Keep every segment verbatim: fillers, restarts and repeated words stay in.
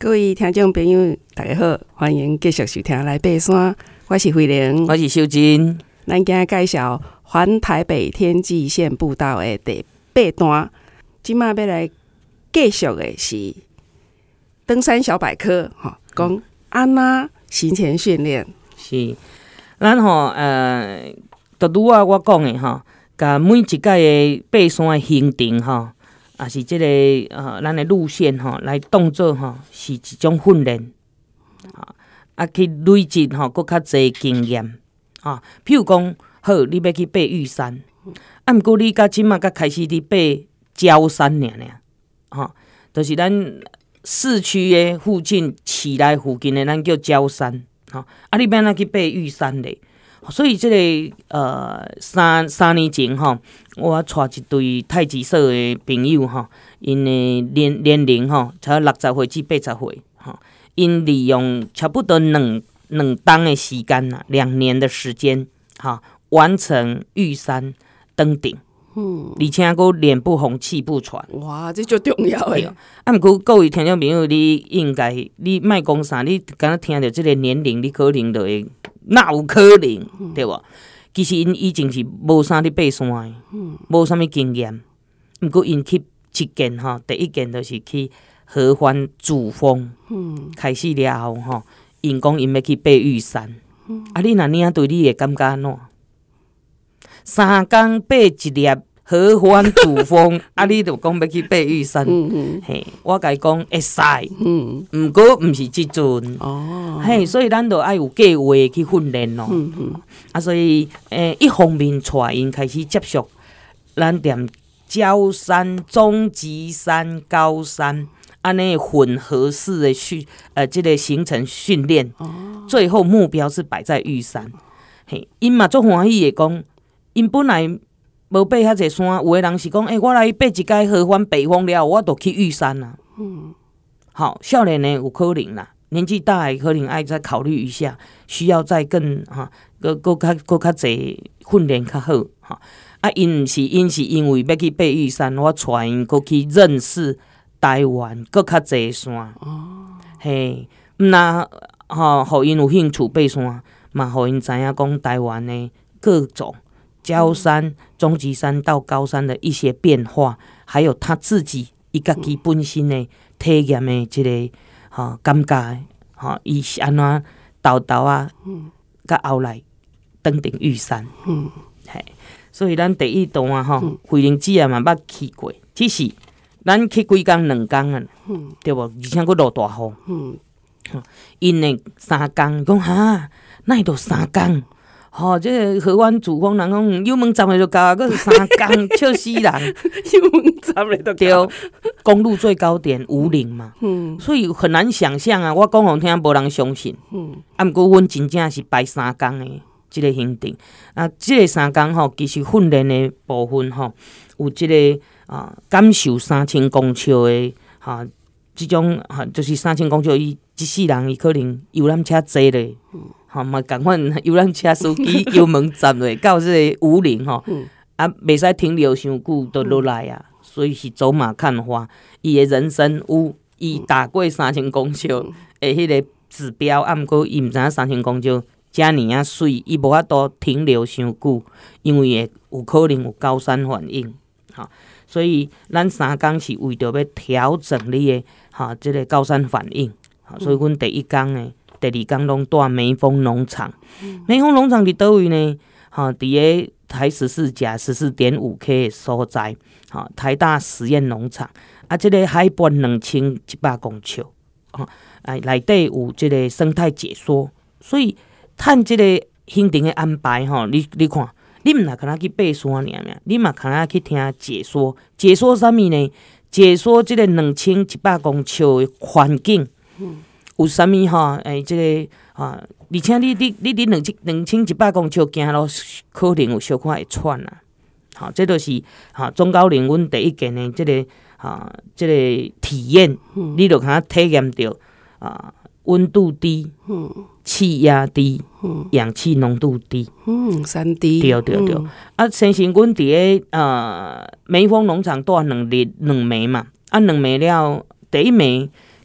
各位听众朋友，大家好，欢迎继续收听来爬山。我是慧玲， 我是秀珍。 咱今日介绍环台北天际线步道的第八段。今麦要来继续的是登山小百科，哈，讲安那行前训练。 是，咱吼呃，就拄啊我讲的吼，甲每一届的爬山的行程吼。也是即、這個呃，咱的路線吼，來當做吼是一種訓練，啊，啊去累積吼，佫較濟經驗，啊，譬如講，好，你要去爬玉山，啊，毋過你甲即馬甲開始伫爬礁山爾爾，吼，就是咱市區的附近市內附近的，咱叫礁山，吼，啊，你要安怎去爬玉山咧？所以即、這個呃三三年前吼，我帶一對太極社的朋友吼，因的年年齡吼才六十歲至八十歲吼，因利用差不多兩兩冬的時間啦，兩年的時間哈，完成玉山登頂。嗯，而且佫臉不紅氣不喘。 哇，這就重要誒！ 啊，毋過各位聽眾朋友，你應該你莫講啥，你敢若聽到即個年齡，你可能就會。哪有可能，嗯、對無？其實因以前是無啥咧爬山的，無啥物經驗。毋過因去一件吼，第一件就是去合歡主峰，嗯、開始了後吼，因講因要去爬玉山。嗯、啊，你若領隊，你會感覺安怎？三工爬一粒合歡主峰，啊，你就講要去爬玉山。嗯嗯、嘿，我甲伊講會使，嗯，毋過毋是即陣。哦，嘿，所以咱就愛有計劃去訓練咯。嗯嗯、啊，所以誒，一方面帶因開始接觸咱踮礁山、中級山、高山安尼混合式的訓，呃，這個行程訓練。哦，最後目標是擺在玉山。嘿，因嘛足歡喜的講，因本來。無爬遐濟山，有的人是講，誒、欸，我來爬一屆合歡北峰了，我就去玉山啦。嗯，好，少年呢有可能啦，年紀大的可能愛再考慮一下，需要再更哈，個個較個較濟訓練較好哈。啊，因毋是因是因為要去爬玉山，我帶因過去認識台灣個較濟山。哦，嘿，毋那哈，互因有興趣爬山，嘛，互因知影講台灣的各種。礁山、中級山到高山的一些變化，還有他自己伊家己本身的體驗的這個哈、哦、感覺哈，伊是安怎豆豆啊，甲後來登頂玉山，嗯，係，所以咱第一段啊吼，慧玲姐啊嘛捌去過，只是咱去幾工兩工啊，嗯、對無？而且佫落大雨，嗯，因呢三工講哈，哪會到三工？吼、哦，即、這個合歡主峰人講油門站咧就到，佫是三工笑死人。 油門站咧就到，公路最高點武嶺嘛，嗯、所以很難想象啊。我講互聽，無人相信。嗯、啊，毋過阮真正是排三工誒，即個行程啊，即、這個三工吼，其實訓練誒部分吼，有即、這個啊感受三千公尺誒，哈、啊，即種哈、啊、就是三千公尺，伊一世人伊可能遊覽車坐咧。嗯吼嘛，共款遊覽車司機油門站落到即個武嶺吼，嗯、啊，袂使停留傷久就落來啊，嗯、所以是走馬看花。伊誒人生有伊踏過三千公尺誒迄個指標，啊，毋過伊毋知影三千公尺遮爾啊水，伊無法度停留傷久，因為會有可能有高山反應，吼，所以咱三工是為着要調整你誒哈，即、這個高山反應，所以阮第一工誒。第二天攏住梅峰農場，嗯、梅峰農場伫倒位呢？哈，佇個台十四甲十四點五 K 的所在，哈，台大實驗農場，啊，即、這個海拔兩千一百公尺，哈，啊，內底有即個生態解說，所以趁即個行程的安排，吼，你你看，你毋若可能去爬山爾爾，你嘛可能去聽解說，解說啥物呢？解說即個兩千一百公尺的環境。嗯有啥物吼？誒、欸，即、這個啊，而且你你你你兩千兩千一百公尺行路，可能有小可會喘啊。好，這都是哈中高齡阮第一件的即、這個啊，即、這個體驗，嗯、你就通體驗到啊，溫度低，嗯，氣壓低，嗯，氧氣濃度低，嗯，三低，對對對。嗯、啊，先前阮佇個啊梅峰農場住兩日兩暝嘛，啊兩暝了，第一暝。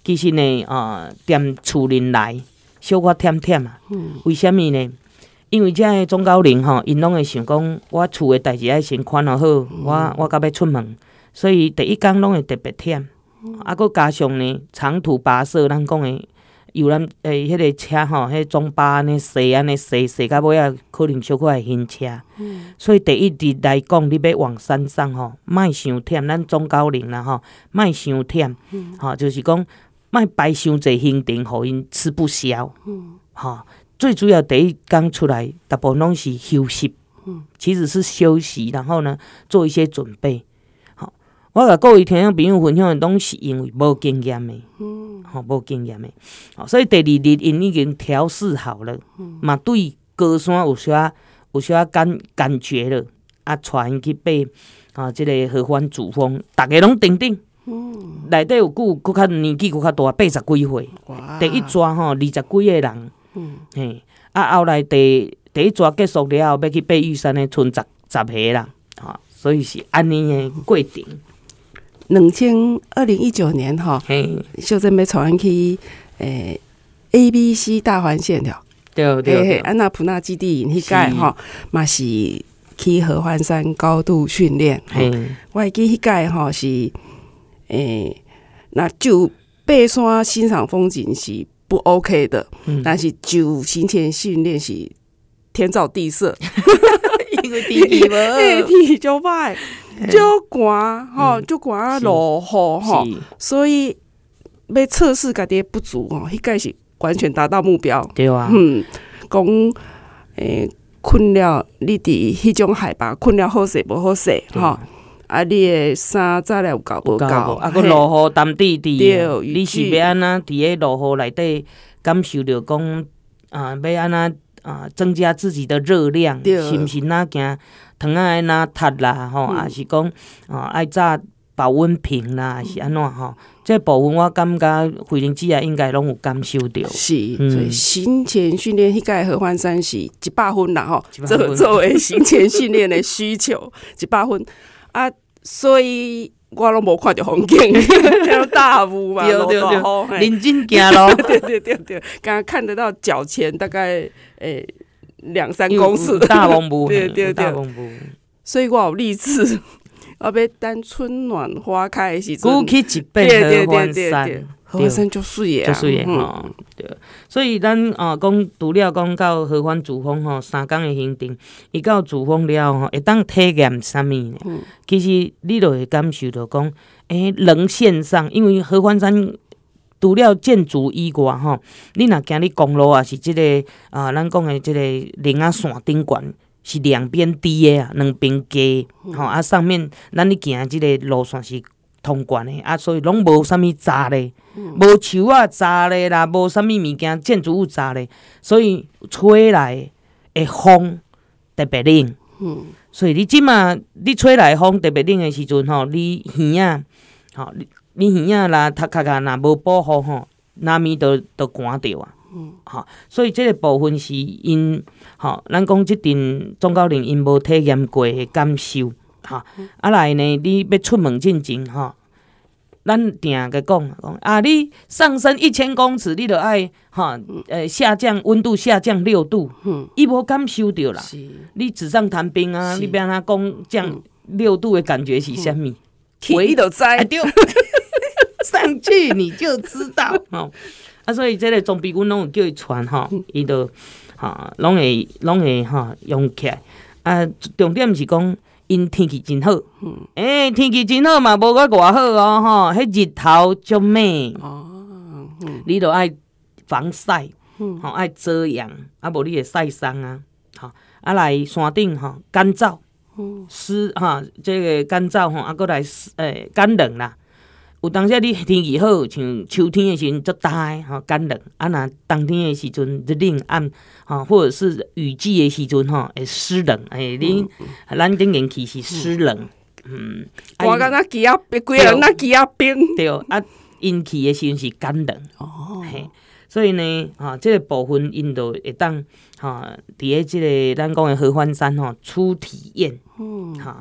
其实呢，啊、呃，踮厝林内小可忝忝啊。嗯、为什么呢？因为遮个总教练吼，因拢会想讲，我厝诶代志爱先看好好，嗯、我我甲要出门，所以第一工拢会特别忝。嗯、啊，佮加上呢，长途跋涉，咱讲诶。有咱诶，迄个车吼，迄中巴安尼驶安尼驶驶到尾啊，可能小可会晕车。嗯、所以第一日来讲，你要往山上吼，莫伤忝。咱总教练啦吼，莫伤忝。嗯、吼，就是讲莫排伤侪行程，互因吃不消。嗯、吼，最主要第一工出来，大部分拢是休息。嗯、其实是休息，然后呢，做一些准备。好，我甲各位听众朋友分享的，拢是因为无经验的。嗯吼，无经验的，吼，所以第二日因已经调试好了，嘛、嗯、对高山有啥有啥感感觉了，啊，带因去爬啊，即、這個合欢主峰，大家拢顶顶，嗯，内底有久搁较年纪搁较大，八十几岁，第一抓吼二十几个人，嗯，嘿，啊后来第第一抓结束了后，要去爬玉山的，剩十十个人，吼，所以是安尼的过程。 两千二零一九年哈，秀珍要带咱去诶 A B C 大环线了， 对对对， 安娜普纳基地迄届吼，嘛是去合欢山高度训练。我会记迄届吼是诶，那就爬山欣赏风景是不 OK 的，嗯、但是就行前训练是天造地设， 因为天气无， 天气就歹。就寒吼，就寒落雨吼，所以要测试家己的不足吼，迄个是完全达到目标。 对啊， 嗯，讲诶困了，你伫迄种海拔困了好势无好势吼，啊，你的衫再来有够无够， 啊，佮落雨淡滴滴，你是要安怎伫个落雨内底感受到讲啊，要安怎啊增加自己的热量，是毋是哪行？糖仔爱哪踢啦，吼，也、嗯、是讲啊，爱早保温瓶啦，是安怎吼？这部分我感觉慧玲姐啊，应该拢有感受到。 是，嗯、所以行前训练迄届合欢山是一百分啦，吼，作作为行前训练的需求一百分啊，所以我拢无看到风景，那大雾嘛，落大雨， 认真行咯， 对对对对，刚刚看得到脚前大概诶。两三公尺， 大蒙雾， 对对对，所以我有立志，我要等春暖花开的时阵， 鼓起一背合欢山， 合欢山就水的， 就水的吼。对，所以咱啊讲除了讲到合欢主峰吼三天的行程，伊到主峰了吼，会当体验啥物呢？嗯、其实你就会感受到讲，诶、欸，人线上，因为合欢山。除了建筑以外，吼，你若行你公路啊，是即、這个啊，咱讲的即个铃仔线顶悬是两边低的啊，两边低，吼、嗯、啊，上面咱你行即个路线是通悬的啊，所以拢无啥物杂咧，无、嗯、树啊杂咧啦，无啥物物件建筑物杂咧，所以吹来的风特别冷，嗯，所以你即马你吹来风特别冷的时阵，吼，你耳啊，吼你。你耳仔啦、头壳啊，若无保护吼，难免都都寒着啊。嗯，吼，所以这个部分是因吼，咱讲即阵总教练因无体验过的感受，吼、嗯，啊来呢，你要出门进前吼，咱定个讲讲啊，你上升一千公尺，你就爱吼，呃，下降温度下降六度，嗯，伊无感受着啦。你纸上谈兵啊，你要安怎讲降六度的感觉是啥物？ 你就知。 啊对上去你就知道吼，啊，所以这个装备阮拢有叫伊传吼，伊就哈拢会拢会哈用起来。啊，重点是讲因天气真好，嗯，诶、欸，天气真好嘛，无我偌好哦吼，迄日头足美哦，嗯、你就爱防晒，嗯，吼爱遮阳，啊无你会晒伤啊，吼啊来山顶吼干燥，嗯，湿哈，这个干燥吼，啊，搁来诶干冷啦。有当时你天气好，像秋天的时阵足大诶，吼干冷；啊，若冬天的时阵就冷暗，吼或者是雨季的时阵吼会湿冷。诶、欸，你、嗯、咱顶天气是湿冷，嗯， 我感觉鸡啊，规个人那鸡啊冰。 对，啊，阴气的时阵是干冷。哦，嘿，所以呢，哈，这个部分因就会当哈，伫咧这个咱讲的合欢山吼初体验，嗯，哈。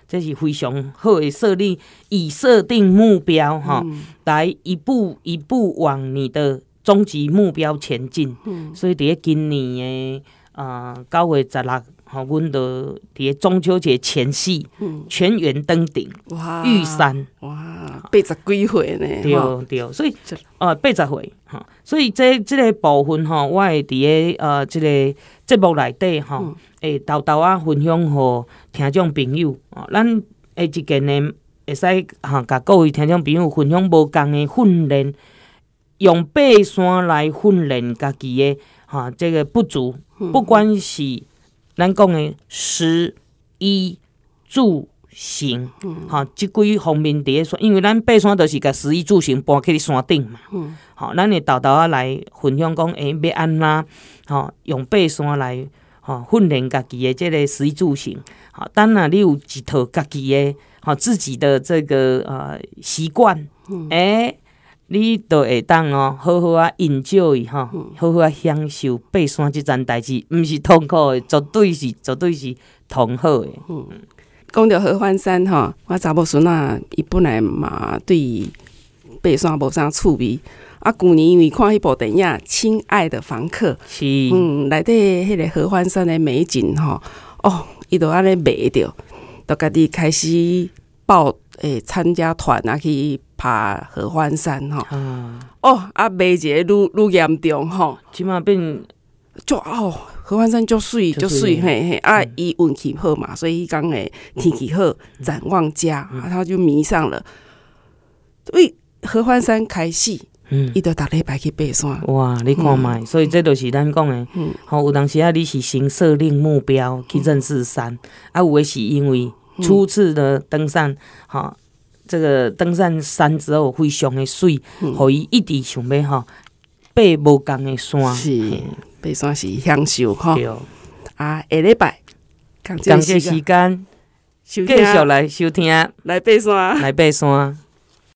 这是非常好的设立，以设定目标哈、嗯，来一步一步往你的终极目标前进。嗯，所以伫今年的呃九月十六。好，阮就伫中秋节前夕，嗯、全员登顶玉山， 哇，八十几岁呢， 对对，所以呃八十岁哈，所以这这个部分哈，我会伫个呃这个节目内底哈，会豆豆啊分享互听众朋友啊，咱下一件呢会使哈，甲各位听众朋友分享无共的训练，用爬山来训练家己的哈，这个不足，不管是咱讲的食衣住行，哈、嗯，即几方面伫个，因为咱爬山就是甲食衣住行搬去山顶嘛，嗯，好，咱会豆豆啊来分享讲，诶、欸，要安怎，吼，用爬山来，吼，训练家己的即个食衣住行，好，等若你有一套家己的，吼，自己的这个呃习惯，诶、嗯。欸你就会当哦，好好啊 enjoy 吼，好好啊享受爬山即件代志，毋是痛苦的，绝对是绝对是同好的。嗯， 讲到合欢山吼，我查某孙仔伊本来嘛对爬山无啥趣味，啊，旧年因为看迄部电影《亲爱的房客》， 是， 嗯，内底迄个合欢山的美景吼，哦，伊就安尼迷着，就家己开始报诶参加团啊去。爬合欢山吼、啊，哦啊，迷一个愈愈严重吼， 即马变就哦，合欢山足水足水嘿嘿啊，伊运气好嘛，所以迄工诶天气好，展望佳、嗯、啊，他就迷上了。所以合欢山开始，嗯，伊就逐礼拜去爬山。 哇，你看觅、嗯，所以这就是咱讲诶，吼、嗯，有当时啊，你是先设定目标去认识山，嗯、啊，有诶是因为初次的登山，哈、嗯。这个登上山之后非常的水，互伊、嗯、一直想要吼爬无共的山。 是爬山是享受吼。啊，下礼拜同这时间继续来收听， 来爬山， 来爬山。